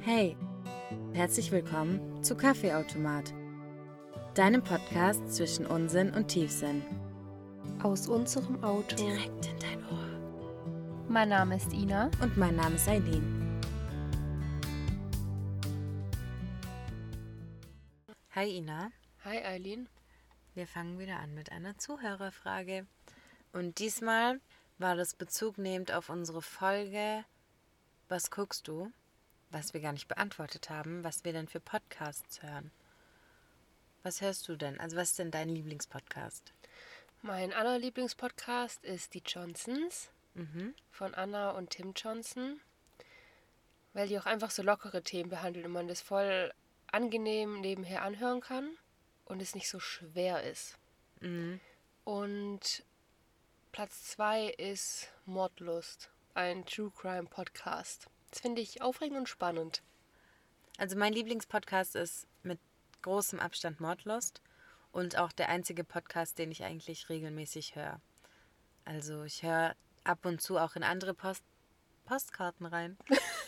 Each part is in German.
Hey, herzlich willkommen zu Kaffeeautomat, deinem Podcast zwischen Unsinn und Tiefsinn. Aus unserem Auto. Direkt in dein Ohr. Mein Name ist Ina. Und mein Name ist Eileen. Hi Ina. Hi Eileen. Wir fangen wieder an mit einer Zuhörerfrage. Und diesmal war das bezugnehmend auf unsere Folge Was guckst du? Was wir gar nicht beantwortet haben, was wir denn für Podcasts hören. Was hörst du denn? Also was ist denn dein Lieblingspodcast? Mein allerlieblingspodcast ist Die Johnsons von Anna und Tim Johnson, weil die auch einfach so lockere Themen behandeln und man das voll angenehm nebenher anhören kann und es nicht so schwer ist. Und Platz 2 ist Mordlust, ein True Crime Podcast. Das finde ich aufregend und spannend. Also mein Lieblingspodcast ist mit großem Abstand Mordlust und auch der einzige Podcast, den ich eigentlich regelmäßig höre. Also ich höre ab und zu auch in andere Postkarten rein.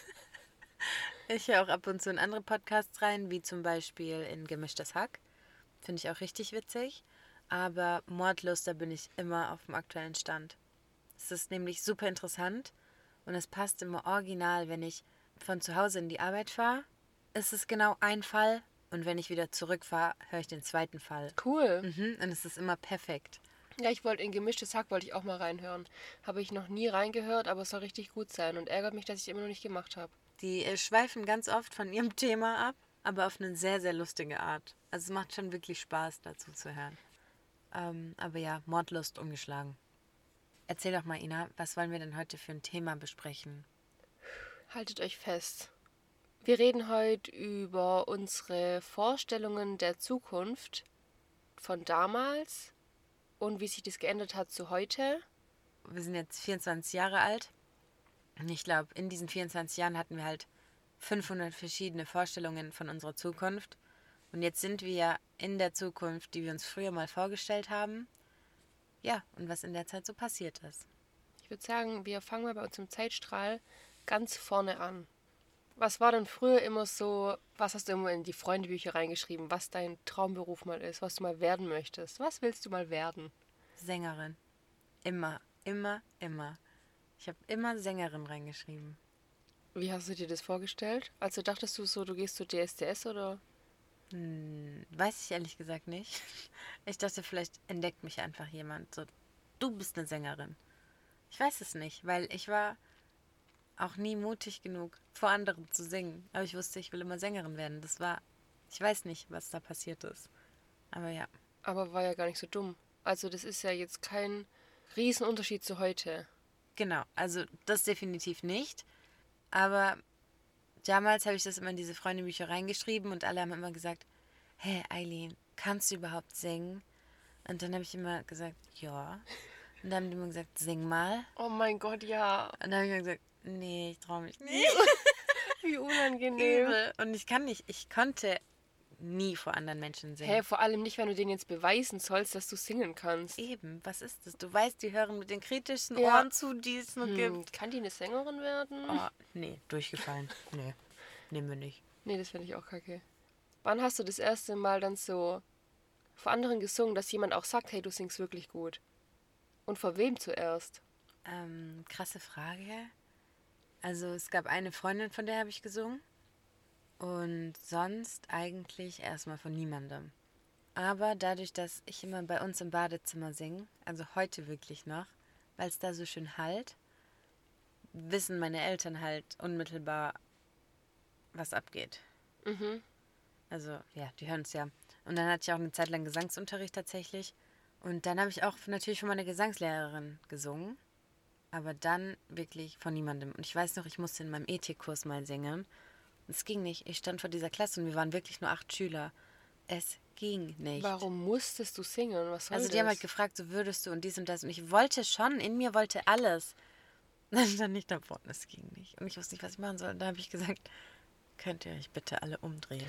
Ich höre auch ab und zu in andere Podcasts rein, wie zum Beispiel in Gemischtes Hack. Finde ich auch richtig witzig. Aber Mordlust, da bin ich immer auf dem aktuellen Stand. Es ist nämlich super interessant und es passt immer original, wenn ich von zu Hause in die Arbeit fahre, ist es genau ein Fall und wenn ich wieder zurückfahre, höre ich den zweiten Fall. Cool. Und es ist immer perfekt. Ja, ich wollte in Gemischtes Hack wollte ich auch mal reinhören. Habe ich noch nie reingehört, aber es soll richtig gut sein und ärgert mich, dass ich es immer noch nicht gemacht habe. Die schweifen ganz oft von ihrem Thema ab, aber auf eine sehr, sehr lustige Art. Also es macht schon wirklich Spaß, dazu zu hören. Aber ja, Mordlust ungeschlagen. Erzähl doch mal, Ina, was wollen wir denn heute für ein Thema besprechen? Haltet euch fest. Wir reden heute über unsere Vorstellungen der Zukunft von damals und wie sich das geändert hat zu heute. Wir sind jetzt 24 Jahre alt. Und ich glaube, in diesen 24 Jahren hatten wir halt 500 verschiedene Vorstellungen von unserer Zukunft. Und jetzt sind wir in der Zukunft, die wir uns früher mal vorgestellt haben. Ja, und was in der Zeit so passiert ist. Ich würde sagen, wir fangen mal bei uns im Zeitstrahl ganz vorne an. Was war denn früher immer so, was hast du immer in die Freundebücher reingeschrieben, was dein Traumberuf mal ist, was du mal werden möchtest? Was willst du mal werden? Sängerin. Immer, immer, immer. Ich habe immer Sängerin reingeschrieben. Wie hast du dir das vorgestellt? Also dachtest du so, du gehst zu DSDS oder? Weiß ich ehrlich gesagt nicht. Ich dachte, vielleicht entdeckt mich einfach jemand. So, du bist eine Sängerin. Ich weiß es nicht, weil ich war auch nie mutig genug, vor anderen zu singen. Aber ich wusste, ich will immer Sängerin werden. Ich weiß nicht, was da passiert ist. Aber ja. Aber war ja gar nicht so dumm. Also das ist ja jetzt kein Riesenunterschied zu heute. Genau, also das definitiv nicht. Aber damals habe ich das immer in diese Freundebücher reingeschrieben und alle haben immer gesagt, hey Eileen, kannst du überhaupt singen? Und dann habe ich immer gesagt, ja. Und dann haben die immer gesagt, sing mal. Oh mein Gott, ja. Und dann habe ich immer gesagt, nee, ich traue mich nicht. Wie unangenehm. Übel. Und ich konnte nie vor anderen Menschen singen. Hä, vor allem nicht, wenn du denen jetzt beweisen sollst, dass du singen kannst. Eben, was ist das? Du weißt, die hören mit den kritischsten Ja. Ohren zu, die es noch gibt. Kann die eine Sängerin werden? Oh, nee, durchgefallen. Nee, nehmen wir nicht. Nee, das finde ich auch kacke. Wann hast du das erste Mal dann so vor anderen gesungen, dass jemand auch sagt, hey, du singst wirklich gut? Und vor wem zuerst? Krasse Frage. Also es gab eine Freundin, von der habe ich gesungen. Und sonst eigentlich erstmal von niemandem. Aber dadurch, dass ich immer bei uns im Badezimmer singe, also heute wirklich noch, weil es da so schön hallt, wissen meine Eltern halt unmittelbar, was abgeht. Also ja, die hören es ja. Und dann hatte ich auch eine Zeit lang Gesangsunterricht tatsächlich. Und dann habe ich auch natürlich von meiner Gesangslehrerin gesungen. Aber dann wirklich von niemandem. Und ich weiß noch, ich musste in meinem Ethikkurs mal singen. Und es ging nicht. Ich stand vor dieser Klasse und wir waren wirklich nur 8 Schüler. Es ging nicht. Warum musstest du singen? Was soll Also das? die haben halt gefragt, so würdest du und dies und das. Und ich wollte schon, in mir wollte alles. Dann stand ich da vorne, es ging nicht. Und ich wusste nicht, was ich machen soll. Und da habe ich gesagt, könnt ihr euch bitte alle umdrehen?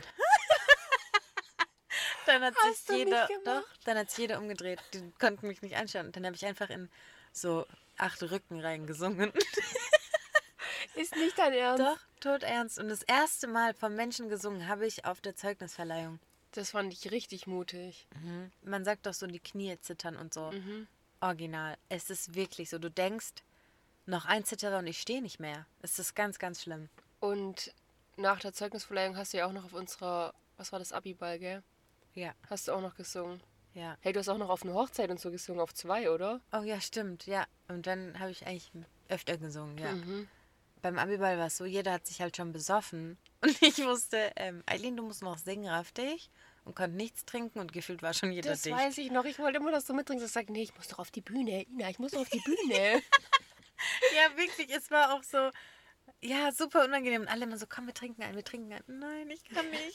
Dann hat sich jeder umgedreht. Die konnten mich nicht anschauen. Und dann habe ich einfach in so 8 Rückenreihen gesungen. Ist nicht dein Ernst? Doch, todernst. Und das erste Mal vom Menschen gesungen habe ich auf der Zeugnisverleihung. Das fand ich richtig mutig. Mhm. Man sagt doch so, die Knie zittern und so. Original. Es ist wirklich so. Du denkst, noch ein Zitterer und ich stehe nicht mehr. Es ist ganz, ganz schlimm. Und nach der Zeugnisverleihung hast du ja auch noch auf unserer, was war das, Abiball, gell? Ja. Hast du auch noch gesungen. Ja. Hey, du hast auch noch auf einer Hochzeit und so gesungen, auf 2, oder? Oh ja, stimmt, ja. Und dann habe ich eigentlich öfter gesungen, ja. Beim Abiball war es so, jeder hat sich halt schon besoffen. Und ich wusste, Eileen, du musst noch singen, raff dich. Und konnte nichts trinken und gefühlt war schon jeder Das dicht. weiß ich noch. Ich wollte immer, dass du mittrinken. Ich sage, nee, ich muss doch auf die Bühne. Ina, ich muss doch auf die Bühne. Ja, wirklich, es war auch so, ja, super unangenehm. Und alle immer so, komm, wir trinken einen, wir trinken einen. Nein, ich kann nicht.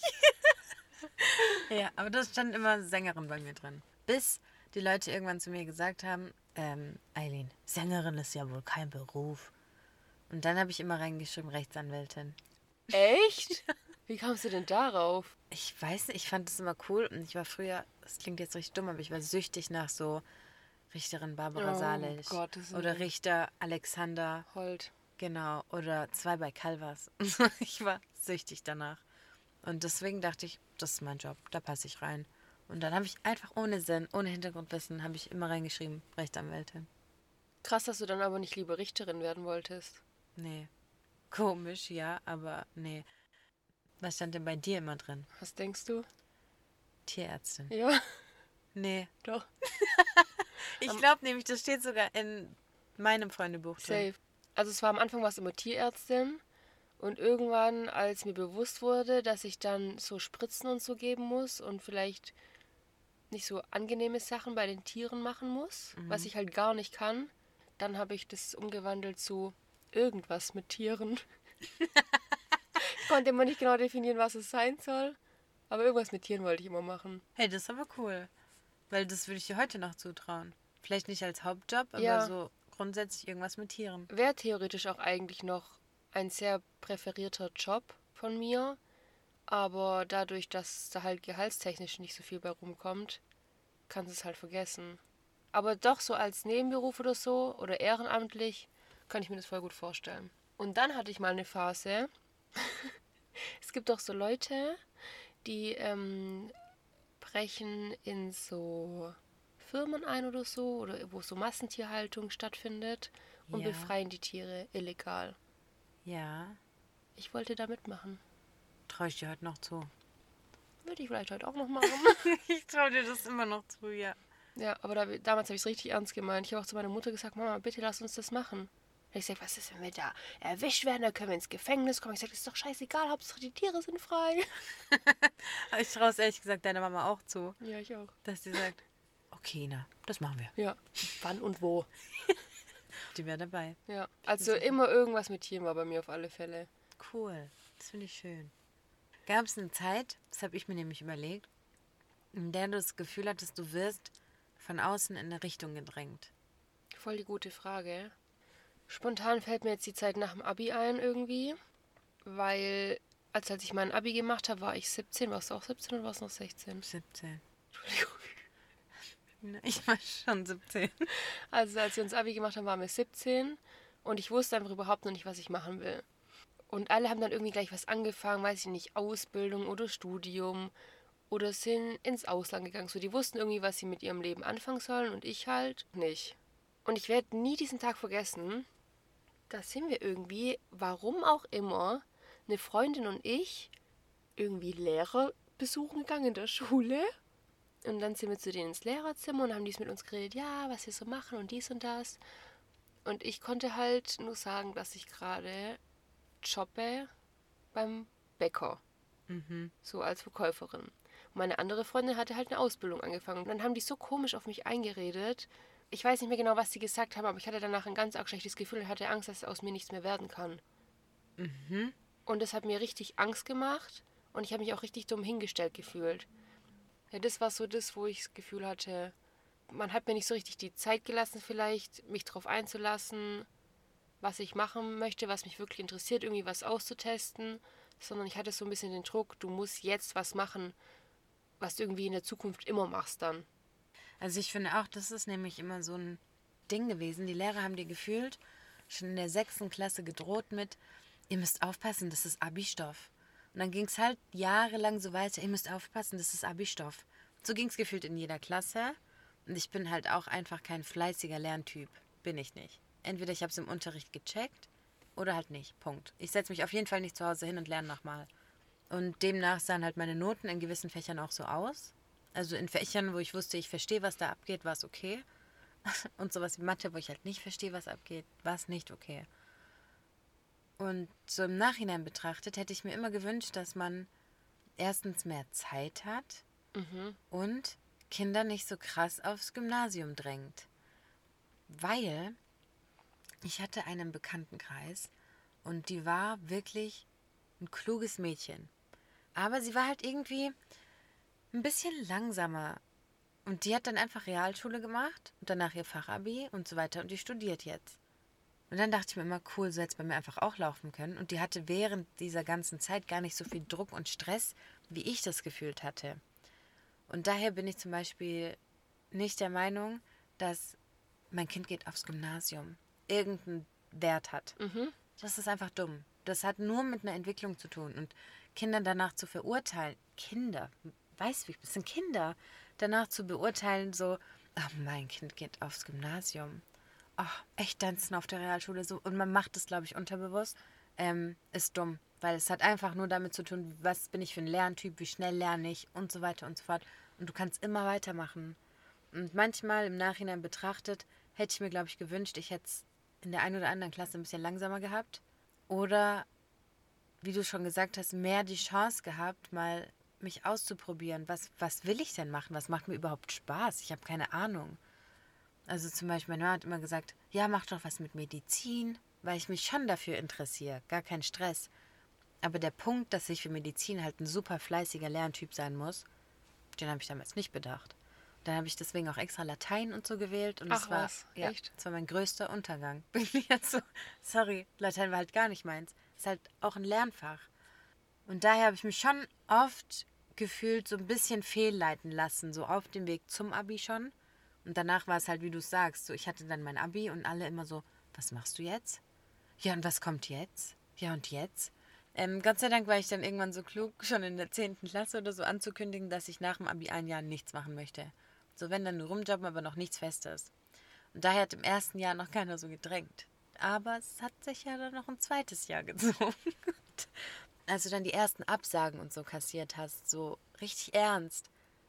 Ja, aber da stand immer Sängerin bei mir drin. Bis die Leute irgendwann zu mir gesagt haben, Eileen, Sängerin ist ja wohl kein Beruf. Und dann habe ich immer reingeschrieben, Rechtsanwältin. Echt? Wie kamst du denn darauf? Ich weiß nicht, ich fand das immer cool und ich war früher, das klingt jetzt richtig dumm, aber ich war süchtig nach so Richterin Barbara Salisch Gottes Willen. oder Richter Alexander, Holt. genau, oder 2 bei Calvas. Ich war süchtig danach. Und deswegen dachte ich, das ist mein Job, da passe ich rein. Und dann habe ich einfach ohne Sinn, ohne Hintergrundwissen, habe ich immer reingeschrieben, Rechtsanwältin. Krass, dass du dann aber nicht lieber Richterin werden wolltest. Nee. Komisch, ja, aber nee. Was stand denn bei dir immer drin? Was denkst du? Tierärztin. Ja, Nee. doch. Ich glaube nämlich, das steht sogar in meinem Freundebuch drin. Safe. Also es war am Anfang was immer Tierärztin. Und irgendwann, als mir bewusst wurde, dass ich dann so Spritzen und so geben muss und vielleicht nicht so angenehme Sachen bei den Tieren machen muss, was ich halt gar nicht kann, dann habe ich das umgewandelt zu irgendwas mit Tieren. Ich konnte immer nicht genau definieren, was es sein soll, aber irgendwas mit Tieren wollte ich immer machen. Hey, das ist aber cool. Weil das würde ich dir heute noch zutrauen. Vielleicht nicht als Hauptjob, aber Ja. so grundsätzlich irgendwas mit Tieren. Wäre theoretisch auch eigentlich noch ein sehr präferierter Job von mir, aber dadurch, dass da halt gehaltstechnisch nicht so viel bei rumkommt, kannst du es halt vergessen. Aber doch so als Nebenberuf oder so oder ehrenamtlich kann ich mir das voll gut vorstellen. Und dann hatte ich mal eine Phase. Es gibt doch so Leute, die brechen in so Firmen ein oder so, oder wo so Massentierhaltung stattfindet und Ja. befreien die Tiere illegal. Ja, Ich wollte da mitmachen. traue ich dir heute noch zu. Würde ich vielleicht heute auch noch machen. Ich traue dir das immer noch zu, ja. Ja, aber damals habe ich es richtig ernst gemeint. Ich habe auch zu meiner Mutter gesagt, Mama, bitte lass uns das machen. Und ich sage, was ist, wenn wir da erwischt werden, dann können wir ins Gefängnis kommen. Ich sage, das ist doch scheißegal, Hauptsache die Tiere sind frei. Aber ich traue es ehrlich gesagt deiner Mama auch zu, Ja, ich auch. dass sie sagt, okay, Ina, das machen wir. Ja, wann und wo. Die wäre dabei. Ja, also immer irgendwas mit Tieren war bei mir auf alle Fälle. Cool, das finde ich schön. Gab es eine Zeit, das habe ich mir nämlich überlegt, in der du das Gefühl hattest, du wirst von außen in eine Richtung gedrängt? Voll die gute Frage. Spontan fällt mir jetzt die Zeit nach dem Abi ein irgendwie, weil als ich mein Abi gemacht habe, war ich 17. Warst du auch 17 oder warst du noch 16? 17. Entschuldigung. Ich war schon 17. Also als wir uns Abi gemacht haben, waren wir 17 und ich wusste einfach überhaupt noch nicht, was ich machen will. Und alle haben dann irgendwie gleich was angefangen, weiß ich nicht, Ausbildung oder Studium oder sind ins Ausland gegangen. So, die wussten irgendwie, was sie mit ihrem Leben anfangen sollen und ich halt nicht. Und ich werde nie diesen Tag vergessen. Da sind wir irgendwie, warum auch immer, eine Freundin und ich irgendwie Lehrer besuchen gegangen in der Schule. Und dann sind wir zu denen ins Lehrerzimmer und haben dies mit uns geredet, ja, was wir so machen und dies und das. Und ich konnte halt nur sagen, dass ich gerade jobbe beim Bäcker. So als Verkäuferin. Und meine andere Freundin hatte halt eine Ausbildung angefangen. Und dann haben die so komisch auf mich eingeredet. Ich weiß nicht mehr genau, was sie gesagt haben, aber ich hatte danach ein ganz arg schlechtes Gefühl und hatte Angst, dass aus mir nichts mehr werden kann. Und das hat mir richtig Angst gemacht und ich habe mich auch richtig dumm hingestellt gefühlt. Ja, das war so das, wo ich das Gefühl hatte, man hat mir nicht so richtig die Zeit gelassen vielleicht, mich darauf einzulassen, was ich machen möchte, was mich wirklich interessiert, irgendwie was auszutesten, sondern ich hatte so ein bisschen den Druck, du musst jetzt was machen, was du irgendwie in der Zukunft immer machst dann. Also ich finde auch, das ist nämlich immer so ein Ding gewesen. Die Lehrer haben dir gefühlt schon in der 6. Klasse gedroht mit, ihr müsst aufpassen, das ist Abi-Stoff. Und dann ging es halt jahrelang so weiter, ihr müsst aufpassen, das ist Abi-Stoff. So ging es gefühlt in jeder Klasse. Und ich bin halt auch einfach kein fleißiger Lerntyp. Bin ich nicht. Entweder ich habe es im Unterricht gecheckt oder halt nicht. Punkt. Ich setze mich auf jeden Fall nicht zu Hause hin und lerne nochmal. Und demnach sahen halt meine Noten in gewissen Fächern auch so aus. Also in Fächern, wo ich wusste, ich verstehe, was da abgeht, war es okay. Und sowas wie Mathe, wo ich halt nicht verstehe, was abgeht, war es nicht okay. Und so im Nachhinein betrachtet hätte ich mir immer gewünscht, dass man erstens mehr Zeit hat und Kinder nicht so krass aufs Gymnasium drängt. Weil ich hatte einen Bekanntenkreis und die war wirklich ein kluges Mädchen. Aber sie war halt irgendwie ein bisschen langsamer. Und die hat dann einfach Realschule gemacht und danach ihr Fachabi und so weiter und die studiert jetzt. Und dann dachte ich mir immer, cool, so hätte es bei mir einfach auch laufen können. Und die hatte während dieser ganzen Zeit gar nicht so viel Druck und Stress, wie ich das gefühlt hatte. Und daher bin ich zum Beispiel nicht der Meinung, dass mein Kind geht aufs Gymnasium irgendeinen Wert hat. Das ist einfach dumm. Das hat nur mit einer Entwicklung zu tun. Und Kinder danach zu verurteilen, Kinder, weißt du, das sind Kinder, danach zu beurteilen, so, ach, mein Kind geht aufs Gymnasium. Ach, echt tanzen auf der Realschule so. Und man macht das, glaube ich, unterbewusst, ist dumm. Weil es hat einfach nur damit zu tun, was bin ich für ein Lerntyp, wie schnell lerne ich und so weiter und so fort. Und du kannst immer weitermachen. Und manchmal im Nachhinein betrachtet, hätte ich mir, glaube ich, gewünscht, ich hätte es in der einen oder anderen Klasse ein bisschen langsamer gehabt. Oder, wie du schon gesagt hast, mehr die Chance gehabt, mal mich auszuprobieren. Was will ich denn machen? Was macht mir überhaupt Spaß? Ich habe keine Ahnung. Also zum Beispiel, meine Mama hat immer gesagt, ja, mach doch was mit Medizin, weil ich mich schon dafür interessiere. Gar kein Stress. Aber der Punkt, dass ich für Medizin halt ein super fleißiger Lerntyp sein muss, den habe ich damals nicht bedacht. Dann habe ich deswegen auch extra Latein und so gewählt. Und Ach was, ja, echt? das war mein größter Untergang. Bin ich jetzt so, sorry, Latein war halt gar nicht meins. Ist halt auch ein Lernfach. Und daher habe ich mich schon oft gefühlt so ein bisschen fehlleiten lassen, so auf dem Weg zum Abi schon. Und danach war es halt, wie du sagst, so ich hatte dann mein Abi und alle immer so, was machst du jetzt? Ja, und was kommt jetzt? Ja, und jetzt? Gott sei Dank war ich dann irgendwann so klug, schon in der 10. Klasse oder so anzukündigen, dass ich nach dem Abi ein Jahr nichts machen möchte. So, wenn dann nur rumjobben, aber noch nichts Festes. Und daher hat im ersten Jahr noch keiner so gedrängt. Aber es hat sich ja dann noch ein zweites Jahr gezogen. Als du dann die ersten Absagen und so kassiert hast, so richtig ernst,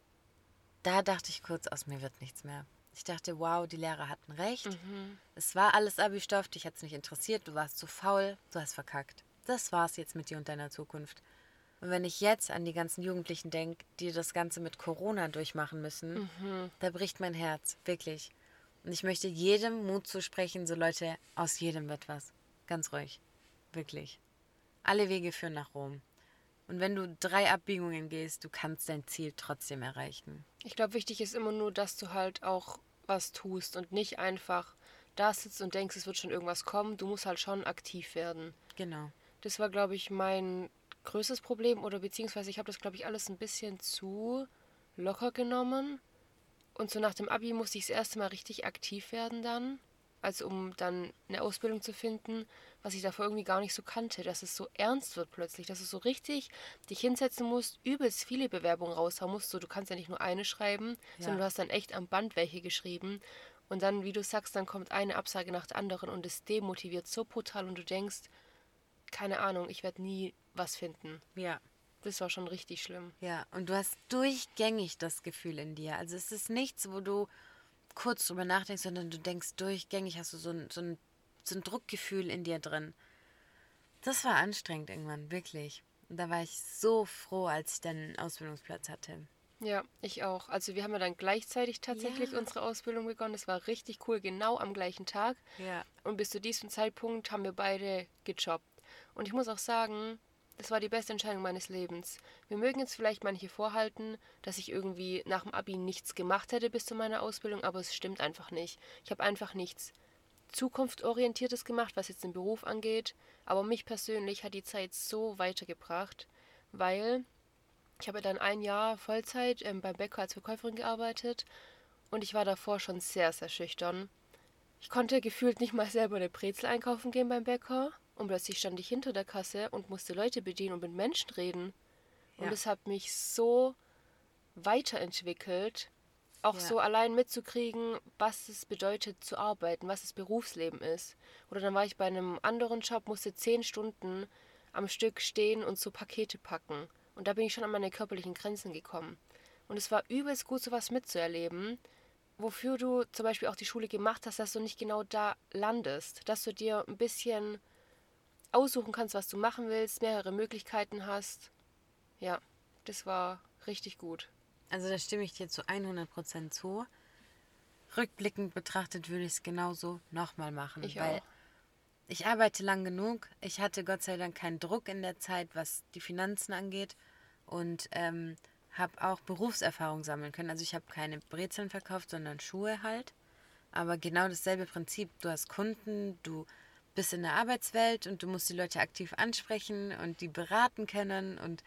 da dachte ich kurz, aus mir wird nichts mehr. Ich dachte, wow, die Lehrer hatten recht. Es war alles Abi-Stoff, dich hat es nicht interessiert, du warst zu faul, du hast verkackt. Das war's jetzt mit dir und deiner Zukunft. Und wenn ich jetzt an die ganzen Jugendlichen denke, die das Ganze mit Corona durchmachen müssen, da bricht mein Herz, wirklich. Und ich möchte jedem Mut zusprechen, so Leute, aus jedem wird was. Ganz ruhig. Wirklich. Alle Wege führen nach Rom. Und wenn du 3 Abbiegungen gehst, du kannst dein Ziel trotzdem erreichen. Ich glaube, wichtig ist immer nur, dass du halt auch was tust und nicht einfach da sitzt und denkst, es wird schon irgendwas kommen. Du musst halt schon aktiv werden. Genau. Das war, glaube ich, mein größtes Problem oder beziehungsweise ich habe das, glaube ich, alles ein bisschen zu locker genommen. Und so nach dem Abi musste ich das erste Mal richtig aktiv werden dann. Also um dann eine Ausbildung zu finden, was ich davor irgendwie gar nicht so kannte, dass es so ernst wird plötzlich, dass du so richtig dich hinsetzen musst, übelst viele Bewerbungen raushauen musst. So, du kannst ja nicht nur eine schreiben, sondern du hast dann echt am Band welche geschrieben. Und dann, wie du sagst, dann kommt eine Absage nach der anderen und es demotiviert so brutal und du denkst, keine Ahnung, ich werde nie was finden. Ja. Das war schon richtig schlimm. Ja, und du hast durchgängig das Gefühl in dir. Also es ist nichts, wo du kurz drüber nachdenkst, sondern du denkst durchgängig, hast du so ein Druckgefühl in dir drin. Das war anstrengend irgendwann, wirklich. Und da war ich so froh, als ich dann einen Ausbildungsplatz hatte. Ja, ich auch. Also wir haben ja dann gleichzeitig tatsächlich unsere Ausbildung begonnen. Das war richtig cool, genau am gleichen Tag. Ja. Und bis zu diesem Zeitpunkt haben wir beide gejobbt. Und ich muss auch sagen, das war die beste Entscheidung meines Lebens. Wir mögen jetzt vielleicht manche vorhalten, dass ich irgendwie nach dem Abi nichts gemacht hätte bis zu meiner Ausbildung, aber es stimmt einfach nicht. Ich habe einfach nichts Zukunftsorientiertes gemacht, was jetzt den Beruf angeht. Aber mich persönlich hat die Zeit so weitergebracht, weil ich habe dann ein Jahr Vollzeit beim Bäcker als Verkäuferin gearbeitet und ich war davor schon sehr, sehr schüchtern. Ich konnte gefühlt nicht mal selber eine Brezel einkaufen gehen beim Bäcker. Und plötzlich stand ich hinter der Kasse und musste Leute bedienen und mit Menschen reden. Und es hat mich so weiterentwickelt, auch so allein mitzukriegen, was es bedeutet zu arbeiten, was das Berufsleben ist. Oder dann war ich bei einem anderen Job, musste 10 Stunden am Stück stehen und so Pakete packen. Und da bin ich schon an meine körperlichen Grenzen gekommen. Und es war übelst gut, sowas mitzuerleben, wofür du zum Beispiel auch die Schule gemacht hast, dass du nicht genau da landest, dass du dir ein bisschen aussuchen kannst, was du machen willst, mehrere Möglichkeiten hast. Ja, das war richtig gut. Also da stimme ich dir zu 100% zu. Rückblickend betrachtet würde ich es genauso nochmal machen. Ich weil auch. ich arbeite lang genug. Ich hatte Gott sei Dank keinen Druck in der Zeit, was die Finanzen angeht. Und habe auch Berufserfahrung sammeln können. Also ich habe keine Brezeln verkauft, sondern Schuhe halt. Aber genau dasselbe Prinzip. Du hast Kunden, du bist in der Arbeitswelt und du musst die Leute aktiv ansprechen und die beraten können. Und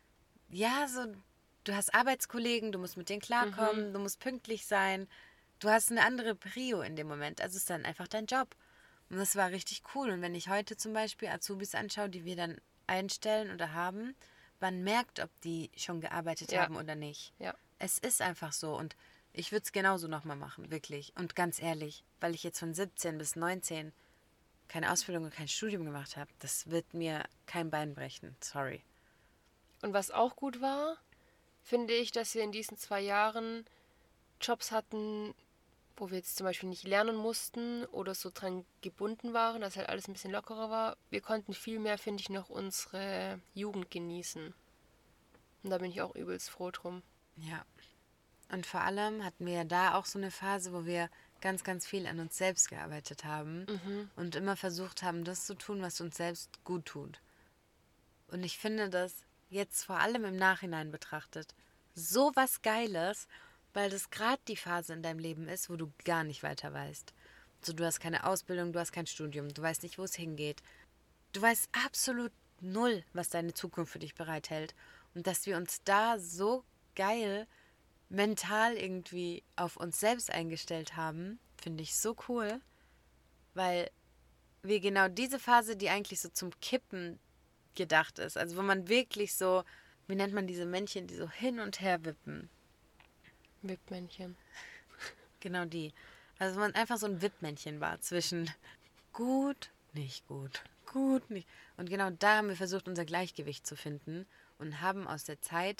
ja, so, du hast Arbeitskollegen, du musst mit denen klarkommen, du musst pünktlich sein. Du hast eine andere Prio in dem Moment. Also es ist dann einfach dein Job. Und das war richtig cool. Und wenn ich heute zum Beispiel Azubis anschaue, die wir dann einstellen oder haben, man merkt, ob die schon gearbeitet haben oder nicht. Ja. Es ist einfach so. Und ich würde es genauso nochmal machen, wirklich. Und ganz ehrlich, weil ich jetzt von 17 bis 19 keine Ausbildung und kein Studium gemacht habe, das wird mir kein Bein brechen. Sorry. Und was auch gut war, finde ich, dass wir in diesen 2 Jahren Jobs hatten, wo wir jetzt zum Beispiel nicht lernen mussten oder so dran gebunden waren, dass halt alles ein bisschen lockerer war. Wir konnten viel mehr, finde ich, noch unsere Jugend genießen. Und da bin ich auch übelst froh drum. Ja. Und vor allem hatten wir ja da auch so eine Phase, wo wir ganz, ganz viel an uns selbst gearbeitet haben und immer versucht haben, das zu tun, was uns selbst gut tut. Und ich finde das jetzt vor allem im Nachhinein betrachtet so was Geiles, weil das gerade die Phase in deinem Leben ist, wo du gar nicht weiter weißt. So, du hast keine Ausbildung, du hast kein Studium, du weißt nicht, wo es hingeht. Du weißt absolut null, was deine Zukunft für dich bereithält. Und dass wir uns da so geil mental irgendwie auf uns selbst eingestellt haben, finde ich so cool, weil wir genau diese Phase, die eigentlich so zum Kippen gedacht ist, also wo man wirklich so, wie nennt man diese Männchen, die so hin und her wippen? Wippmännchen. Genau die. Also man einfach so ein Wippmännchen war zwischen gut, nicht gut, gut, nicht. Und genau da haben wir versucht, unser Gleichgewicht zu finden und haben aus der Zeit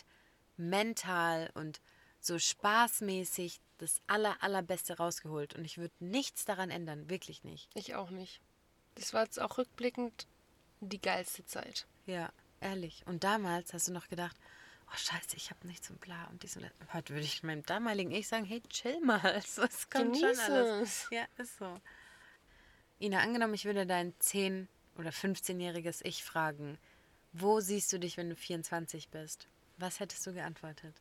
mental und so spaßmäßig das Allerbeste rausgeholt. Und ich würde nichts daran ändern, wirklich nicht. Ich auch nicht. Das war jetzt auch rückblickend die geilste Zeit. Ja, ehrlich. Und damals hast du noch gedacht, oh scheiße, ich habe nichts und bla und dies und das. Heute würde ich meinem damaligen Ich sagen, hey, chill mal, so, es kommt schon alles. Ja, ist so. Ina, angenommen, ich würde dein 10- oder 15-jähriges Ich fragen, wo siehst du dich, wenn du 24 bist? Was hättest du geantwortet?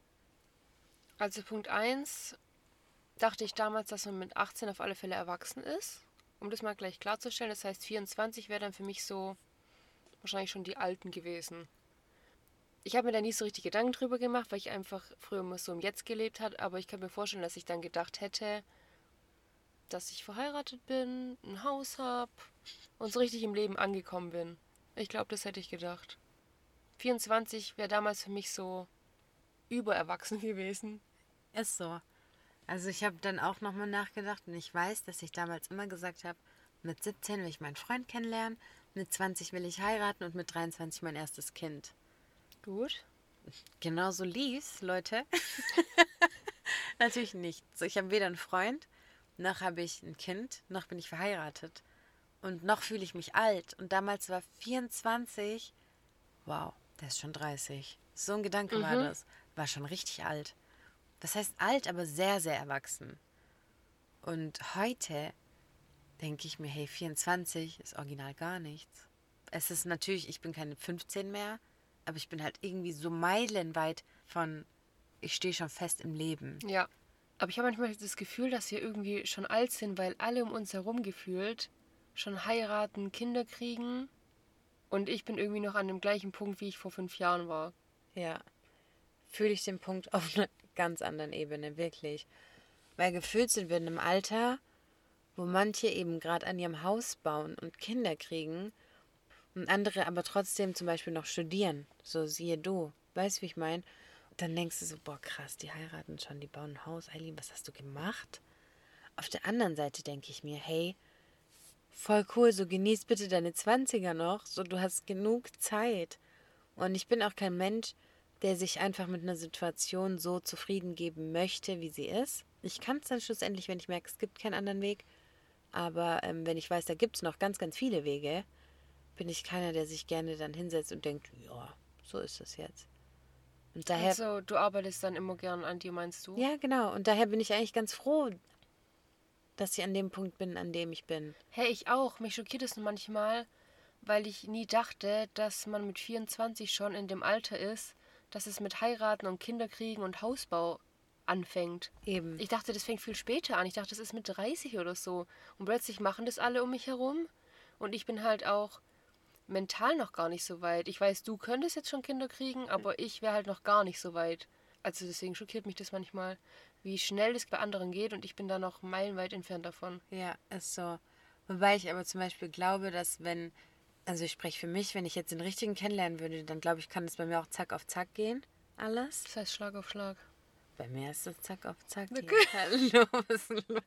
Also Punkt 1 dachte ich damals, dass man mit 18 auf alle Fälle erwachsen ist. Um das mal gleich klarzustellen, das heißt 24 wäre dann für mich so wahrscheinlich schon die Alten gewesen. Ich habe mir da nie so richtig Gedanken drüber gemacht, weil ich einfach früher immer so im Jetzt gelebt habe, aber ich kann mir vorstellen, dass ich dann gedacht hätte, dass ich verheiratet bin, ein Haus habe und so richtig im Leben angekommen bin. Ich glaube, das hätte ich gedacht. 24 wäre damals für mich so übererwachsen gewesen. Ist so. Also ich habe dann auch nochmal nachgedacht und ich weiß, dass ich damals immer gesagt habe, mit 17 will ich meinen Freund kennenlernen, mit 20 will ich heiraten und mit 23 mein erstes Kind. Gut. Genauso lief's, Leute. Natürlich nicht. So, ich habe weder einen Freund, noch habe ich ein Kind, noch bin ich verheiratet. Und noch fühle ich mich alt. Und damals war 24, wow, der ist schon 30. So ein Gedanke war das. War schon richtig alt. Das heißt alt, aber sehr, sehr erwachsen. Und heute denke ich mir, hey, 24 ist original gar nichts. Es ist natürlich, ich bin keine 15 mehr, aber ich bin halt irgendwie so meilenweit von, ich stehe schon fest im Leben. Ja. Aber ich habe manchmal das Gefühl, dass wir irgendwie schon alt sind, weil alle um uns herum gefühlt schon heiraten, Kinder kriegen. Und ich bin irgendwie noch an dem gleichen Punkt, wie ich vor 5 Jahren war. Ja, fühle ich den Punkt auf einer ganz anderen Ebene, wirklich. Weil gefühlt sind wir in einem Alter, wo manche eben gerade an ihrem Haus bauen und Kinder kriegen und andere aber trotzdem zum Beispiel noch studieren. So siehe du. Weißt du, wie ich meine? Dann denkst du so, boah krass, die heiraten schon, die bauen ein Haus. Eileen, was hast du gemacht? Auf der anderen Seite denke ich mir, hey, voll cool, so genieß bitte deine 20er noch. So, du hast genug Zeit. Und ich bin auch kein Mensch, der sich einfach mit einer Situation so zufrieden geben möchte, wie sie ist. Ich kann es dann schlussendlich, wenn ich merke, es gibt keinen anderen Weg. Aber wenn ich weiß, da gibt es noch ganz, ganz viele Wege, bin ich keiner, der sich gerne dann hinsetzt und denkt, ja, so ist es jetzt. Und daher, Also, du arbeitest dann immer gern an dir, meinst du? ja, genau. Und daher bin ich eigentlich ganz froh, dass ich an dem Punkt bin, an dem ich bin. Hey, ich auch. Mich schockiert es nur manchmal, weil ich nie dachte, dass man mit 24 schon in dem Alter ist, dass es mit Heiraten und Kinderkriegen und Hausbau anfängt. Eben. Ich dachte, das fängt viel später an. Ich dachte, das ist mit 30 oder so. Und plötzlich machen das alle um mich herum. Und ich bin halt auch mental noch gar nicht so weit. Ich weiß, du könntest jetzt schon Kinder kriegen, aber ich wäre halt noch gar nicht so weit. Also deswegen schockiert mich das manchmal, wie schnell das bei anderen geht und ich bin da noch meilenweit entfernt davon. Ja, ist so. Wobei ich aber zum Beispiel glaube, dass wenn, also ich spreche für mich, wenn ich jetzt den richtigen kennenlernen würde, dann glaube ich, kann es bei mir auch zack auf zack gehen. Alles. Das heißt Schlag auf Schlag. Bei mir ist es zack auf zack. Wirklich? Hallo, was ist denn los?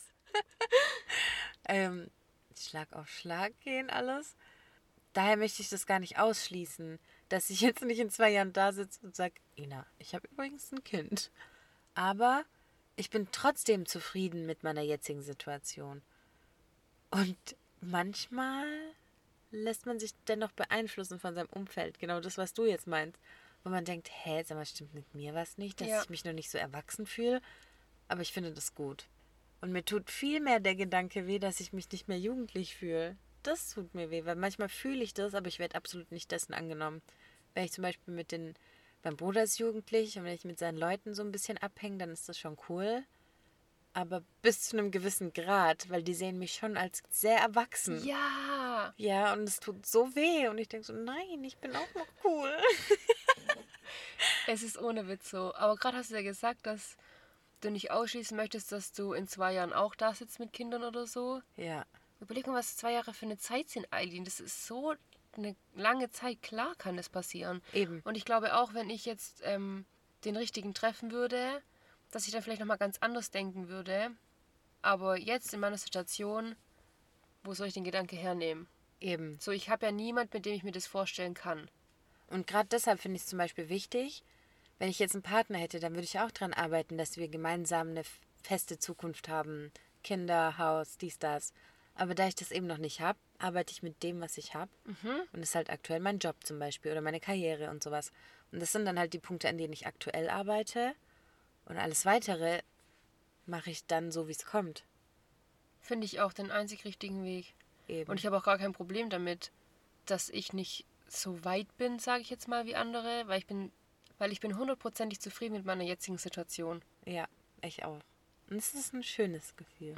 Schlag auf Schlag gehen alles. Daher möchte ich das gar nicht ausschließen, dass ich jetzt nicht in 2 Jahren da sitze und sage, Ina, ich habe übrigens ein Kind. Aber ich bin trotzdem zufrieden mit meiner jetzigen Situation. Und manchmal lässt man sich dennoch beeinflussen von seinem Umfeld. Genau das, was du jetzt meinst. Wo man denkt, hä, sag mal, stimmt mit mir was nicht, dass Ja. ich mich noch nicht so erwachsen fühle. Aber ich finde das gut. Und mir tut viel mehr der Gedanke weh, dass ich mich nicht mehr jugendlich fühle. Das tut mir weh, weil manchmal fühle ich das, aber ich werde absolut nicht dessen angenommen. Wenn ich zum Beispiel mein Bruder ist jugendlich und wenn ich mit seinen Leuten so ein bisschen abhänge, dann ist das schon cool. Aber bis zu einem gewissen Grad, weil die sehen mich schon als sehr erwachsen. Ja! Ja, und es tut so weh. Und ich denke so, nein, ich bin auch noch cool. Es ist ohne Witz so. Aber gerade hast du ja gesagt, dass du nicht ausschließen möchtest, dass du in 2 Jahren auch da sitzt mit Kindern oder so. Ja, Überleg mal, was 2 Jahre für eine Zeit sind, Eileen. Das ist so eine lange Zeit. Klar kann das passieren. eben. Und ich glaube auch, wenn ich jetzt den richtigen treffen würde, dass ich dann vielleicht nochmal ganz anders denken würde. Aber jetzt in meiner Situation, wo soll ich den Gedanke hernehmen? Eben. So, ich habe ja niemand, mit dem ich mir das vorstellen kann. Und gerade deshalb finde ich es zum Beispiel wichtig, wenn ich jetzt einen Partner hätte, dann würde ich auch daran arbeiten, dass wir gemeinsam eine feste Zukunft haben. Kinder, Haus, dies, das. Aber da ich das eben noch nicht habe, arbeite ich mit dem, was ich habe. Und das ist halt aktuell mein Job zum Beispiel oder meine Karriere und sowas. Und das sind dann halt die Punkte, an denen ich aktuell arbeite. Und alles Weitere mache ich dann so, wie es kommt. Finde ich auch den einzig richtigen Weg. Eben. Und ich habe auch gar kein Problem damit, dass ich nicht so weit bin, sage ich jetzt mal, wie andere, weil ich bin 100%ig zufrieden mit meiner jetzigen Situation. Ja, ich auch. Und es ist ein schönes Gefühl.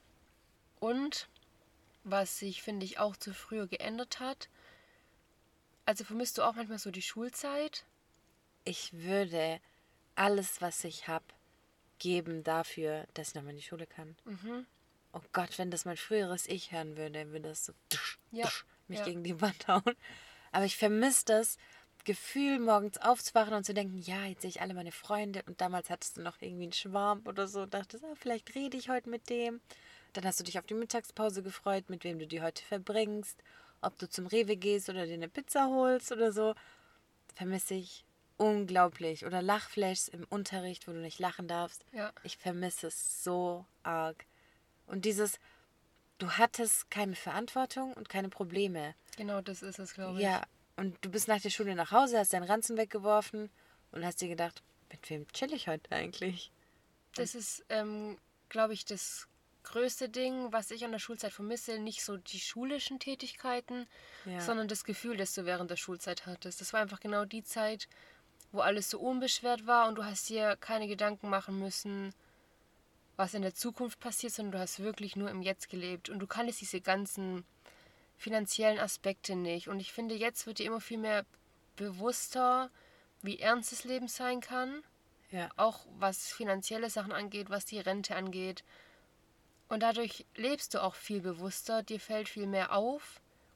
Und was sich, finde ich, auch zu früher geändert hat, also vermisst du auch manchmal so die Schulzeit? Ich würde alles, was ich habe, geben dafür, dass ich nochmal in die Schule kann. Oh Gott, wenn das mein früheres Ich hören würde, würde das so mich gegen die Wand hauen. Aber ich vermisse das Gefühl, morgens aufzuwachen und zu denken, ja, jetzt sehe ich alle meine Freunde und damals hattest du noch irgendwie einen Schwarm oder so und dachtest, vielleicht rede ich heute mit dem. Dann hast du dich auf die Mittagspause gefreut, mit wem du die heute verbringst, ob du zum Rewe gehst oder dir eine Pizza holst oder so. Vermisse ich unglaublich. Oder Lachflashs im Unterricht, wo du nicht lachen darfst. Ja. Ich vermisse es so arg. Und du hattest keine Verantwortung und keine Probleme. Genau, das ist es, glaube ich. Ja, und du bist nach der Schule nach Hause, hast deinen Ranzen weggeworfen und hast dir gedacht, mit wem chill ich heute eigentlich? Das ist, glaube ich, das größte Ding, was ich an der Schulzeit vermisse. Nicht so die schulischen Tätigkeiten, sondern das Gefühl, das du während der Schulzeit hattest. Das war einfach genau die Zeit, wo alles so unbeschwert war und du hast dir keine Gedanken machen müssen, was in der Zukunft passiert, sondern du hast wirklich nur im Jetzt gelebt. Und du kannst diese ganzen finanziellen Aspekte nicht. Und ich finde, jetzt wird dir immer viel mehr bewusster, wie ernst das Leben sein kann. Ja. Auch was finanzielle Sachen angeht, was die Rente angeht. Und dadurch lebst du auch viel bewusster, dir fällt viel mehr auf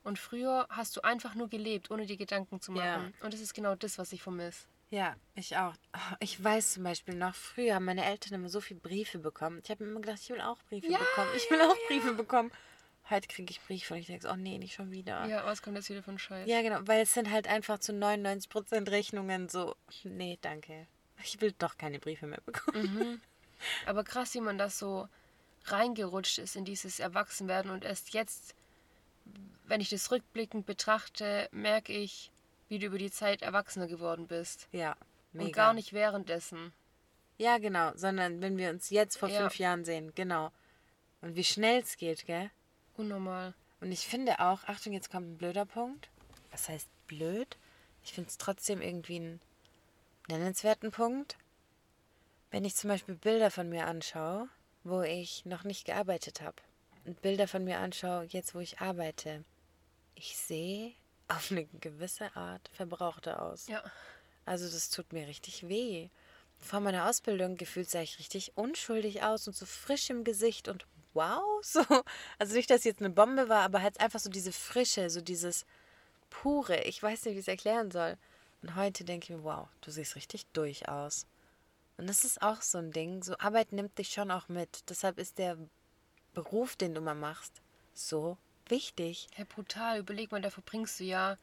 Und früher hast du einfach nur gelebt, ohne dir Gedanken zu machen. Ja. Und das ist genau das, was ich vermisse. Ja, ich auch. Oh, ich weiß zum Beispiel noch, früher haben meine Eltern immer so viele Briefe bekommen. Ich habe mir immer gedacht, ich will auch Briefe bekommen. Ich will auch Briefe bekommen. Heute kriege ich Briefe und ich denke, oh nee, nicht schon wieder. Ja, was kommt jetzt wieder von Scheiß? Ja, genau, weil es sind halt einfach zu 99% Rechnungen so, nee, danke. Ich will doch keine Briefe mehr bekommen. Aber krass, wie man das so reingerutscht ist in dieses Erwachsenwerden und erst jetzt, wenn ich das rückblickend betrachte, merke ich, wie du über die Zeit erwachsener geworden bist. Ja, mega. Und gar nicht währenddessen. Ja, genau, sondern wenn wir uns jetzt vor 5 Jahren sehen, genau. Und wie schnell es geht, gell? Unnormal. Und ich finde auch, Achtung, jetzt kommt ein blöder Punkt. Was heißt blöd? Ich finde es trotzdem irgendwie einen nennenswerten Punkt. Wenn ich zum Beispiel Bilder von mir anschaue, wo ich noch nicht gearbeitet habe, und Bilder von mir anschaue, jetzt wo ich arbeite, ich sehe auf eine gewisse Art verbrauchter aus. Ja. Also das tut mir richtig weh. Vor meiner Ausbildung gefühlt sah ich richtig unschuldig aus und so frisch im Gesicht und wow, so. Also nicht, dass es jetzt eine Bombe war, aber halt einfach so diese Frische, so dieses Pure. Ich weiß nicht, wie ich es erklären soll. Und heute denke ich mir, wow, du siehst richtig durch aus. Und das ist auch so ein Ding. So Arbeit nimmt dich schon auch mit. Deshalb ist der Beruf, den du mal machst, so wichtig. Ja, brutal. Überleg mal, da verbringst du ja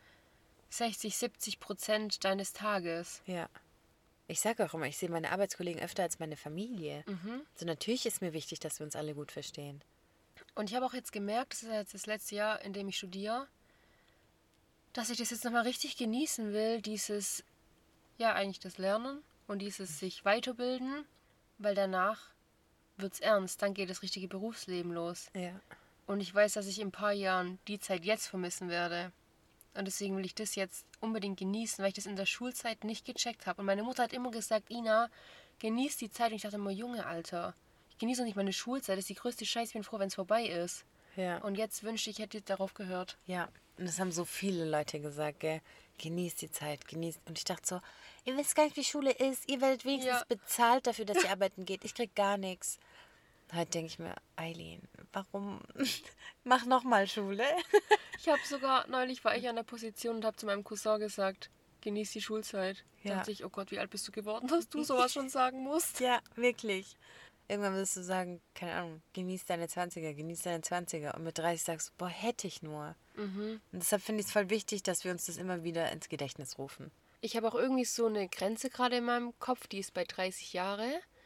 60-70% deines Tages. Ja. Ich sage auch immer, ich sehe meine Arbeitskollegen öfter als meine Familie. So natürlich ist mir wichtig, dass wir uns alle gut verstehen. Und ich habe auch jetzt gemerkt, das ist jetzt das letzte Jahr, in dem ich studiere, dass ich das jetzt nochmal richtig genießen will, dieses, ja, eigentlich das Lernen und dieses sich weiterbilden, weil danach wird's ernst, dann geht das richtige Berufsleben los. Ja. Und ich weiß, dass ich in ein paar Jahren die Zeit jetzt vermissen werde. Und deswegen will ich das jetzt unbedingt genießen, weil ich das in der Schulzeit nicht gecheckt habe. Und meine Mutter hat immer gesagt, Ina, genieß die Zeit. Und ich dachte immer, Junge, Alter, ich genieße doch nicht meine Schulzeit. Das ist die größte Scheiße, ich bin froh, wenn es vorbei ist. Ja. Und jetzt wünschte ich, hätte darauf gehört. Ja. Und das haben so viele Leute gesagt, gell? Genießt die Zeit, genießt. Und ich dachte so, ihr wisst gar nicht, wie Schule ist. Ihr werdet wenigstens bezahlt dafür, dass ihr arbeiten geht. Ich krieg gar nichts. Heute denke ich mir, Eileen, warum? Mach nochmal Schule. Ich habe sogar, neulich war ich an der Position und habe zu meinem Cousin gesagt, genieß die Schulzeit. Da dachte ich, oh Gott, wie alt bist du geworden, dass du sowas schon sagen musst? Ja, wirklich. Irgendwann wirst du sagen, keine Ahnung, genieß deine 20er, genieß deine 20er. Und mit 30 sagst du, boah, hätte ich nur. Und deshalb finde ich es voll wichtig, dass wir uns das immer wieder ins Gedächtnis rufen. Ich habe auch irgendwie so eine Grenze gerade in meinem Kopf, die ist bei 30 Jahre.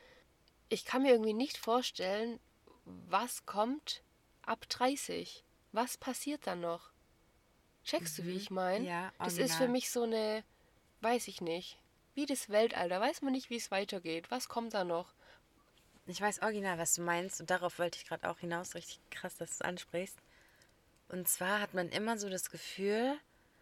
Ich kann mir irgendwie nicht vorstellen, was kommt ab 30. Was passiert dann noch? Checkst du, wie ich meine? Ja, das ist für mich so eine, weiß ich nicht, wie das Weltalter. Weiß man nicht, wie es weitergeht. Was kommt da noch? Ich weiß original, was du meinst. Und darauf wollte ich gerade auch hinaus. Richtig krass, dass du es ansprichst. Und zwar hat man immer so das Gefühl,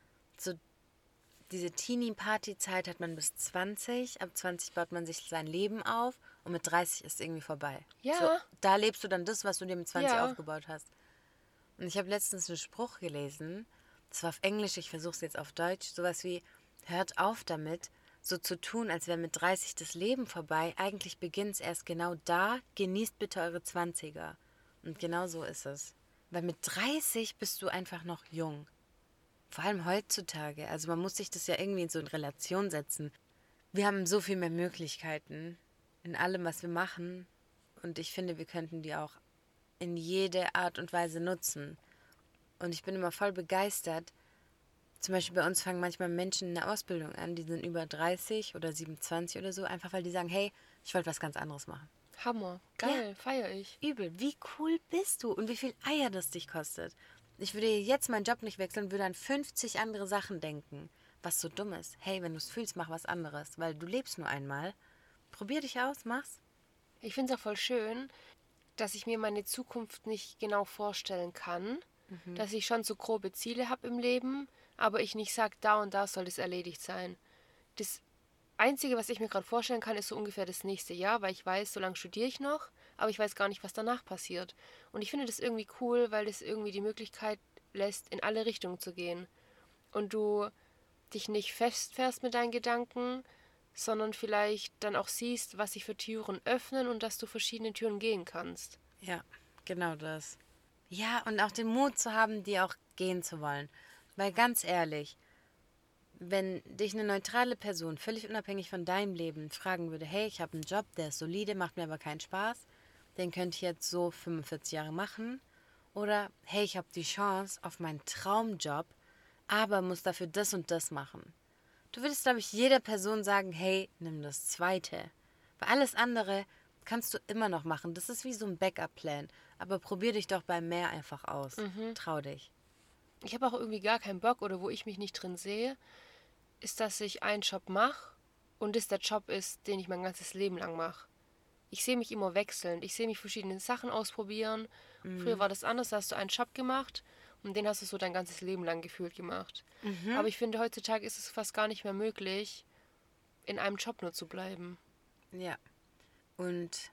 so diese Teenie-Party-Zeit hat man bis 20. Ab 20 baut man sich sein Leben auf. Und mit 30 ist es irgendwie vorbei. Ja. So, da lebst du dann das, was du dir mit 20 Ja. aufgebaut hast. Und ich habe letztens einen Spruch gelesen. Das war auf Englisch, ich versuche es jetzt auf Deutsch. Sowas wie, hört auf damit, so zu tun, als wäre mit 30 das Leben vorbei. Eigentlich beginnt es erst genau da. Genießt bitte eure 20er. Und genau so ist es. Weil mit 30 bist du einfach noch jung. Vor allem heutzutage. Also man muss sich das ja irgendwie so in Relation setzen. Wir haben so viel mehr Möglichkeiten in allem, was wir machen. Und ich finde, wir könnten die auch in jede Art und Weise nutzen. Und ich bin immer voll begeistert. Zum Beispiel bei uns fangen manchmal Menschen in der Ausbildung an, die sind über 30 oder 27 oder so, einfach weil die sagen, hey, ich wollte was ganz anderes machen. Hammer. Geil, feiere ich. Übel, wie cool bist du und wie viel Eier das dich kostet. Ich würde jetzt meinen Job nicht wechseln, würde an 50 andere Sachen denken. Was so dumm ist. Hey, wenn du es fühlst, mach was anderes, weil du lebst nur einmal. Probier dich aus, mach's. Ich finde es auch voll schön, dass ich mir meine Zukunft nicht genau vorstellen kann. Dass ich schon so grobe Ziele habe im Leben, aber ich nicht sage, da und da soll das erledigt sein. Das Einzige, was ich mir gerade vorstellen kann, ist so ungefähr das nächste Jahr, weil ich weiß, so lange studiere ich noch, aber ich weiß gar nicht, was danach passiert. Und ich finde das irgendwie cool, weil das irgendwie die Möglichkeit lässt, in alle Richtungen zu gehen. Und du dich nicht festfährst mit deinen Gedanken, sondern vielleicht dann auch siehst, was sich für Türen öffnen und dass du verschiedene Türen gehen kannst. Ja, genau das. Ja, und auch den Mut zu haben, dir auch gehen zu wollen. Weil ganz ehrlich, wenn dich eine neutrale Person, völlig unabhängig von deinem Leben, fragen würde, hey, ich habe einen Job, der ist solide, macht mir aber keinen Spaß, den könnte ich jetzt so 45 Jahre machen. Oder, hey, ich habe die Chance auf meinen Traumjob, aber muss dafür das und das machen. Du würdest, glaube ich, jeder Person sagen, hey, nimm das Zweite. Weil alles andere kannst du immer noch machen. Das ist wie so ein Backup-Plan. Aber probier dich doch beim Meer einfach aus. Trau dich. Ich habe auch irgendwie gar keinen Bock oder wo ich mich nicht drin sehe, ist, dass ich einen Job mache und das der Job ist, den ich mein ganzes Leben lang mache. Ich sehe mich immer wechselnd. Ich sehe mich verschiedene Sachen ausprobieren. Früher war das anders, da hast du einen Job gemacht und den hast du so dein ganzes Leben lang gefühlt gemacht. Aber ich finde, heutzutage ist es fast gar nicht mehr möglich, in einem Job nur zu bleiben. Ja. Und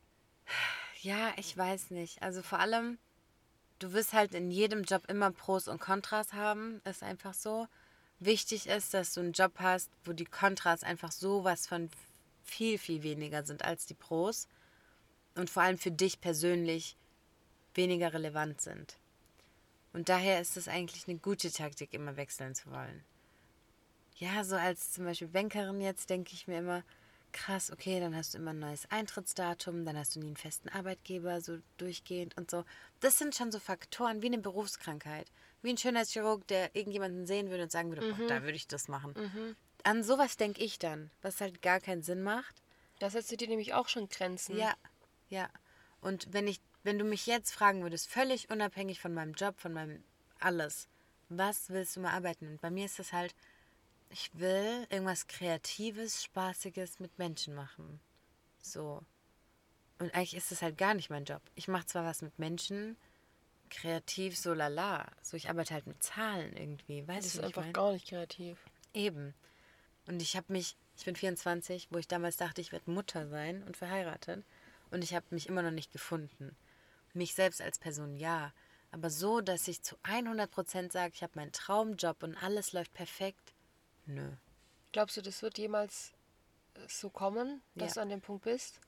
ja, ich weiß nicht. Also vor allem, du wirst halt in jedem Job immer Pros und Kontras haben. Ist einfach so. Wichtig ist, dass du einen Job hast, wo die Kontras einfach sowas von viel, viel weniger sind als die Pros. Und vor allem für dich persönlich weniger relevant sind. Und daher ist es eigentlich eine gute Taktik, immer wechseln zu wollen. Ja, so als zum Beispiel Bankerin jetzt denke ich mir immer, krass, okay, dann hast du immer ein neues Eintrittsdatum, dann hast du nie einen festen Arbeitgeber, so durchgehend und so. Das sind schon so Faktoren wie eine Berufskrankheit. Wie ein Schönheitschirurg, der irgendjemanden sehen würde und sagen würde, boah, da würde ich das machen. An sowas denke ich dann, was halt gar keinen Sinn macht. Da setzt du dir nämlich auch schon Grenzen. Ja, ja. Und wenn du mich jetzt fragen würdest, völlig unabhängig von meinem Job, von meinem alles, was willst du mal arbeiten? Und bei mir ist das halt, ich will irgendwas Kreatives, Spaßiges mit Menschen machen. So. Und eigentlich ist das halt gar nicht mein Job. Ich mache zwar was mit Menschen, kreativ, so lala. So, ich arbeite halt mit Zahlen irgendwie. Weißt Das du, ist was ich einfach meine? gar nicht kreativ. Eben. Und ich bin 24, wo ich damals dachte, ich werde Mutter sein und verheiratet. Und ich habe mich immer noch nicht gefunden. Mich selbst als Person, ja. Aber so, dass ich zu 100% sage, ich habe meinen Traumjob und alles läuft perfekt, nö. Glaubst du, das wird jemals so kommen, dass Ja. du an dem Punkt bist?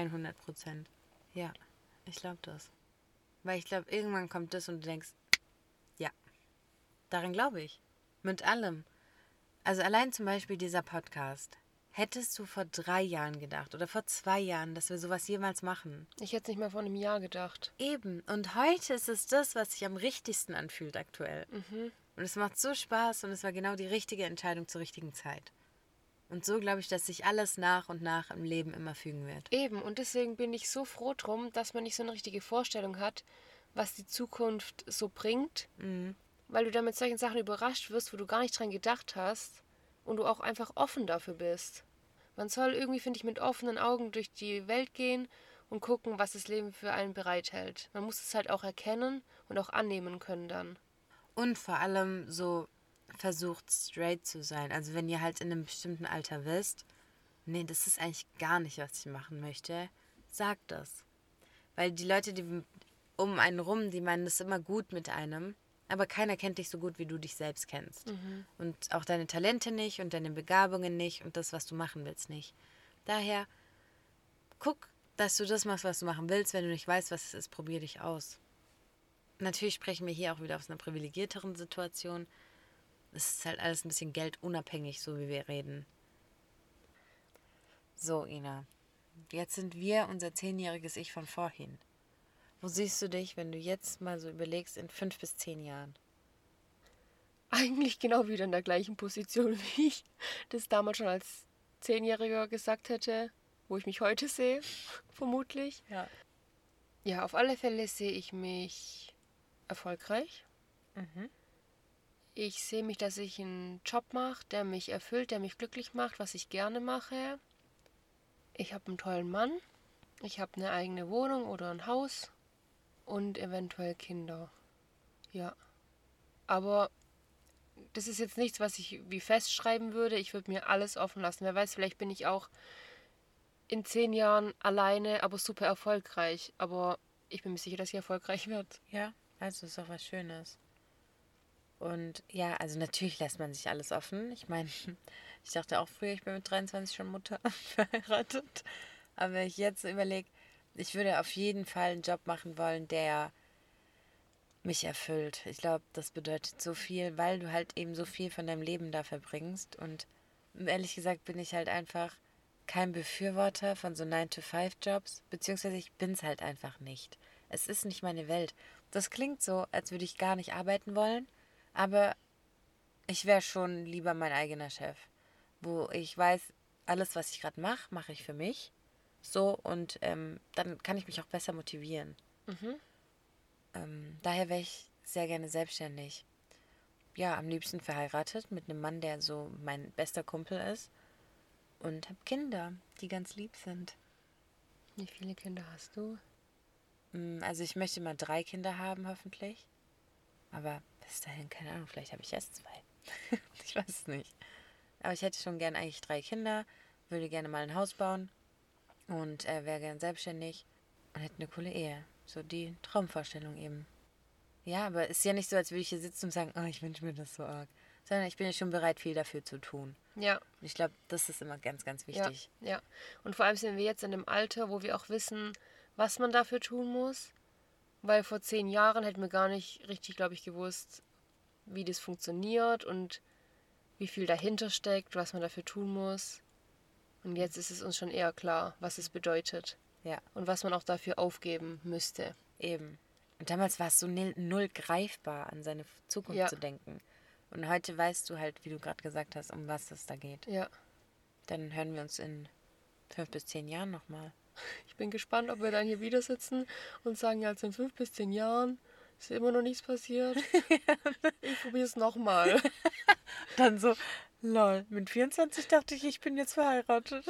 100%. Ja, ich glaube das. Weil ich glaube, irgendwann kommt das und du denkst, ja, daran glaube ich. Mit allem. Also allein zum Beispiel dieser Podcast. Hättest du vor 3 Jahren gedacht oder vor 2 Jahren, dass wir sowas jemals machen? Ich hätte es nicht mal vor einem Jahr gedacht. Eben. Und heute ist es das, was sich am richtigsten anfühlt aktuell. Und es macht so Spaß und es war genau die richtige Entscheidung zur richtigen Zeit. Und so glaube ich, dass sich alles nach und nach im Leben immer fügen wird. Eben, und deswegen bin ich so froh drum, dass man nicht so eine richtige Vorstellung hat, was die Zukunft so bringt, weil du dann mit solchen Sachen überrascht wirst, wo du gar nicht dran gedacht hast und du auch einfach offen dafür bist. Man soll irgendwie, finde ich, mit offenen Augen durch die Welt gehen und gucken, was das Leben für einen bereithält. Man muss es halt auch erkennen und auch annehmen können dann. Und vor allem so versucht straight zu sein. Also wenn ihr halt in einem bestimmten Alter wisst, nee, das ist eigentlich gar nicht, was ich machen möchte, sagt das. Weil die Leute, die um einen rum, die meinen das immer gut mit einem, aber keiner kennt dich so gut, wie du dich selbst kennst. Und auch deine Talente nicht und deine Begabungen nicht und das, was du machen willst, nicht. Daher, guck, dass du das machst, was du machen willst. Wenn du nicht weißt, was es ist, probier dich aus. Natürlich sprechen wir hier auch wieder aus einer privilegierteren Situation. Es ist halt alles ein bisschen geldunabhängig, so wie wir reden. So, Ina. Jetzt sind wir unser 10-jähriges Ich von vorhin. Wo siehst du dich, wenn du jetzt mal so überlegst, in 5 bis 10 Jahren? Eigentlich genau wieder in der gleichen Position, wie ich das damals schon als 10-Jähriger gesagt hätte, wo ich mich heute sehe, vermutlich. Ja. Ja, auf alle Fälle sehe ich mich erfolgreich. Ich sehe mich, dass ich einen Job mache, der mich erfüllt, der mich glücklich macht, was ich gerne mache. Ich habe einen tollen Mann. Ich habe eine eigene Wohnung oder ein Haus und eventuell Kinder. Ja. Aber das ist jetzt nichts, was ich wie festschreiben würde. Ich würde mir alles offen lassen. Wer weiß, vielleicht bin ich auch in 10 Jahren alleine, aber super erfolgreich. Aber ich bin mir sicher, dass ich erfolgreich werde. Ja, also ist doch was Schönes. Und ja, also natürlich lässt man sich alles offen. Ich meine, ich dachte auch früher, ich bin mit 23 schon Mutter verheiratet. Aber wenn ich jetzt so überlege, ich würde auf jeden Fall einen Job machen wollen, der mich erfüllt. Ich glaube, das bedeutet so viel, weil du halt eben so viel von deinem Leben da verbringst. Und ehrlich gesagt bin ich halt einfach kein Befürworter von so 9-to-5-Jobs, beziehungsweise ich bin's halt einfach nicht. Es ist nicht meine Welt. Das klingt so, als würde ich gar nicht arbeiten wollen, aber ich wäre schon lieber mein eigener Chef, wo ich weiß, alles, was ich gerade mache, mache ich für mich. So, und dann kann ich mich auch besser motivieren. Daher wäre ich sehr gerne selbstständig. Ja, am liebsten verheiratet mit einem Mann, der so mein bester Kumpel ist. Und habe Kinder, die ganz lieb sind. Wie viele Kinder hast du? Also ich möchte mal 3 Kinder haben, hoffentlich. Aber bis dahin, keine Ahnung, vielleicht habe ich erst 2. Ich weiß es nicht. Aber ich hätte schon gern eigentlich 3 Kinder, würde gerne mal ein Haus bauen und wäre gern selbstständig und hätte eine coole Ehe. So die Traumvorstellung eben. Ja, aber es ist ja nicht so, als würde ich hier sitzen und sagen, oh, ich wünsche mir das so arg. Sondern ich bin ja schon bereit, viel dafür zu tun. Ja. Und ich glaube, das ist immer ganz, ganz wichtig. Ja. Und vor allem sind wir jetzt in einem Alter, wo wir auch wissen, was man dafür tun muss. Weil vor 10 Jahren hätten wir gar nicht richtig, glaube ich, gewusst, wie das funktioniert und wie viel dahinter steckt, was man dafür tun muss. Und jetzt ist es uns schon eher klar, was es bedeutet. Ja. Und was man auch dafür aufgeben müsste. Eben. Und damals war es so null greifbar, an seine Zukunft zu denken. Und heute weißt du halt, wie du gerade gesagt hast, um was es da geht. Ja. Dann hören wir uns in 5 bis 10 Jahren nochmal. Ich bin gespannt, ob wir dann hier wieder sitzen und sagen, ja, jetzt in 5 bis 10 Jahren ist immer noch nichts passiert. Ich probiere es nochmal. Dann so, lol, mit 24 dachte ich bin jetzt verheiratet.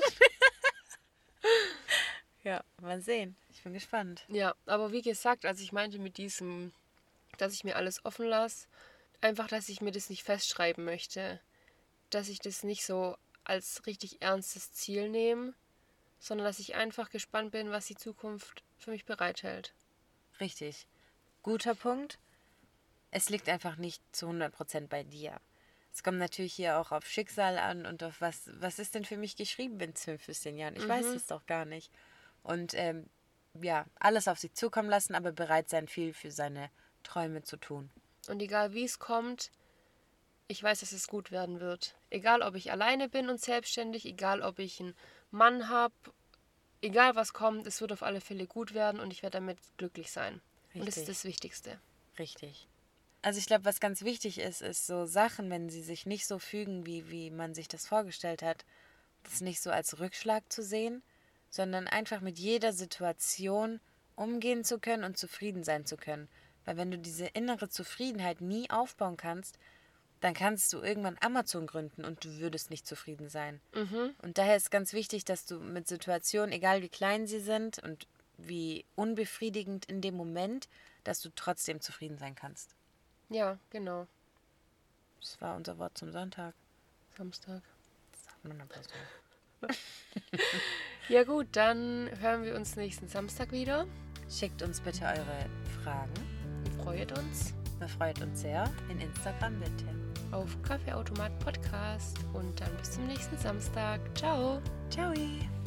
Ja, mal sehen. Ich bin gespannt. Ja, aber wie gesagt, als ich meinte mit diesem, dass ich mir alles offen lasse, einfach, dass ich mir das nicht festschreiben möchte. Dass ich das nicht so als richtig ernstes Ziel nehme, sondern dass ich einfach gespannt bin, was die Zukunft für mich bereithält. Richtig. Guter Punkt. Es liegt einfach nicht zu 100% bei dir. Es kommt natürlich hier auch auf Schicksal an und auf was ist denn für mich geschrieben in 5 bis 10 Jahren? Ich weiß es doch gar nicht. Und ja, alles auf sich zukommen lassen, aber bereit sein, viel für seine Träume zu tun. Und egal wie es kommt, ich weiß, dass es gut werden wird. Egal, ob ich alleine bin und selbstständig, egal, ob ich einen Mann habe, egal was kommt, es wird auf alle Fälle gut werden und ich werde damit glücklich sein. Richtig. Und das ist das Wichtigste. Richtig. Also ich glaube, was ganz wichtig ist so Sachen, wenn sie sich nicht so fügen, wie man sich das vorgestellt hat, das nicht so als Rückschlag zu sehen, sondern einfach mit jeder Situation umgehen zu können und zufrieden sein zu können. Weil wenn du diese innere Zufriedenheit nie aufbauen kannst, dann kannst du irgendwann Amazon gründen und du würdest nicht zufrieden sein. Und daher ist ganz wichtig, dass du mit Situationen, egal wie klein sie sind und wie unbefriedigend in dem Moment, dass du trotzdem zufrieden sein kannst. Ja, genau. Das war unser Wort zum Sonntag. Samstag. Das Ja gut, dann hören wir uns nächsten Samstag wieder. Schickt uns bitte eure Fragen. Freut uns. Das freut uns sehr. In Instagram bitte. Auf Kaffeeautomat Podcast. Und dann bis zum nächsten Samstag. Ciao. Ciao.